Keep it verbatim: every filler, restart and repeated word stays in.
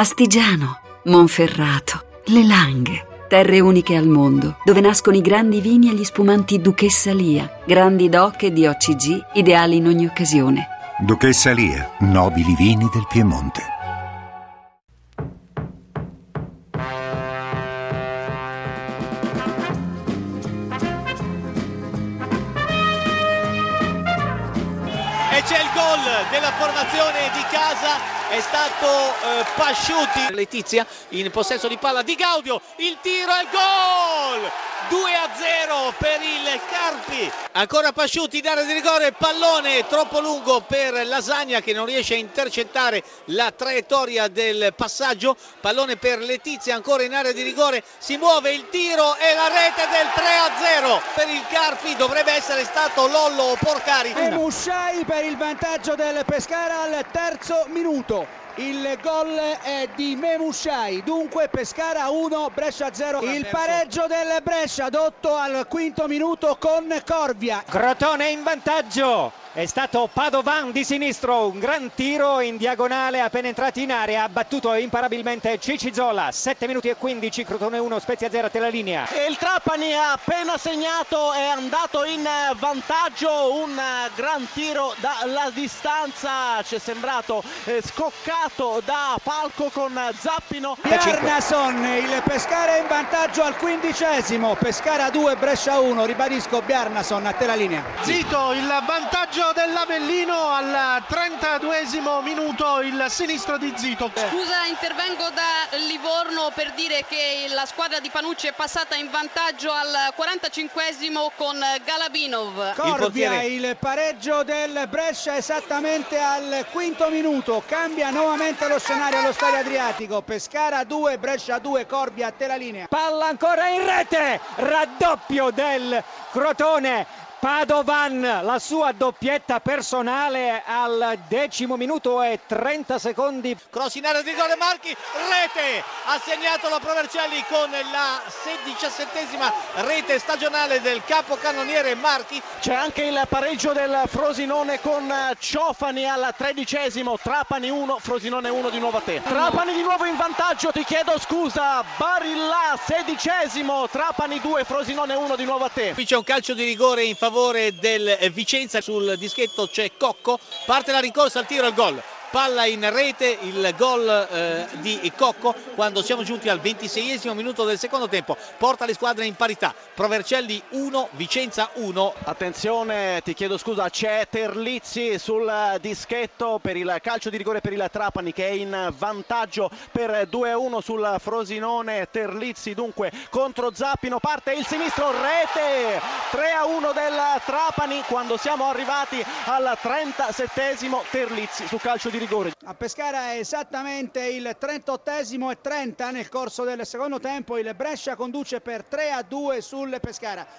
Astigiano, Monferrato, Le Langhe. Terre uniche al mondo, dove nascono i grandi vini e gli spumanti Duchessa Lia, grandi doc e di O C G, ideali in ogni occasione. Duchessa Lia, nobili vini del Piemonte. E c'è il gol della formazione di casa. È stato eh, Pasciuti. Letizia in possesso di palla di Gaudio, il tiro e il gol! due a zero per il Carpi. Ancora Pasciuti in area di rigore, pallone troppo lungo per Lasagna che non riesce a intercettare la traiettoria del passaggio. Pallone per Letizia, ancora in area di rigore, si muove il tiro e la rete del tre a zero per il Carpi. Dovrebbe essere stato Lollo o Porcari. Memushai per il vantaggio del Pescara al terzo minuto. Il gol è di Memushai, dunque Pescara uno, Brescia zero. Il pareggio del Brescia dotto al quinto minuto con Corvia. Crotone in vantaggio, è stato Padovan di sinistro, un gran tiro in diagonale appena entrati in area, ha battuto imparabilmente Cicizola. Sette minuti e quindici, Crotone uno, Spezia zero, te la linea. E il Trapani ha appena segnato, è andato in vantaggio, un gran tiro dalla distanza, ci è sembrato eh, scoccato da Falco con Zappino. Bjarnason, il Pescara in vantaggio al quindicesimo, Pescara due, Brescia uno, ribadisco Bjarnason, a te la linea. Zito, il vantaggio dell'Avellino al trentaduesimo minuto, il sinistro di Zito. Scusa, intervengo da Livorno per dire che la squadra di Panucci è passata in vantaggio al quarantacinquesimo con Galabinov. Corvia, il, il pareggio del Brescia esattamente al quinto minuto, cambia nuovamente lo scenario allo Stadio Adriatico. Pescara due, Brescia due, Corvia, a te la linea. Palla ancora in rete, raddoppio del Crotone. Padovan, la sua doppietta personale al decimo minuto e trenta secondi. Cross in area di rigore, Marchi, rete, ha segnato la Provercelli con la diciassettesima rete stagionale del capocannoniere Marchi. C'è anche il pareggio del Frosinone con Ciofani al tredicesimo, Trapani uno, Frosinone uno di nuovo a te. Trapani di nuovo in vantaggio, ti chiedo scusa, Barilla sedicesimo, Trapani due, Frosinone uno di nuovo a te. Qui c'è un calcio di rigore in favore del Vicenza, sul dischetto c'è Cocco, parte la rincorsa, al tiro e al gol. Palla in rete, il gol eh, di Cocco quando siamo giunti al ventiseiesimo minuto del secondo tempo, porta le squadre in parità. Provercelli uno, Vicenza uno. Attenzione, ti chiedo scusa, c'è Terlizzi sul dischetto per il calcio di rigore per il Trapani che è in vantaggio per due a uno sul Frosinone. Terlizzi dunque contro Zappino, parte il sinistro, rete, tre a uno del Trapani quando siamo arrivati al trentasettesimo. Terlizzi su calcio di rigore. A Pescara è esattamente il trentottesimo e trenta nel corso del secondo tempo, il Brescia conduce per tre a due sul Pescara.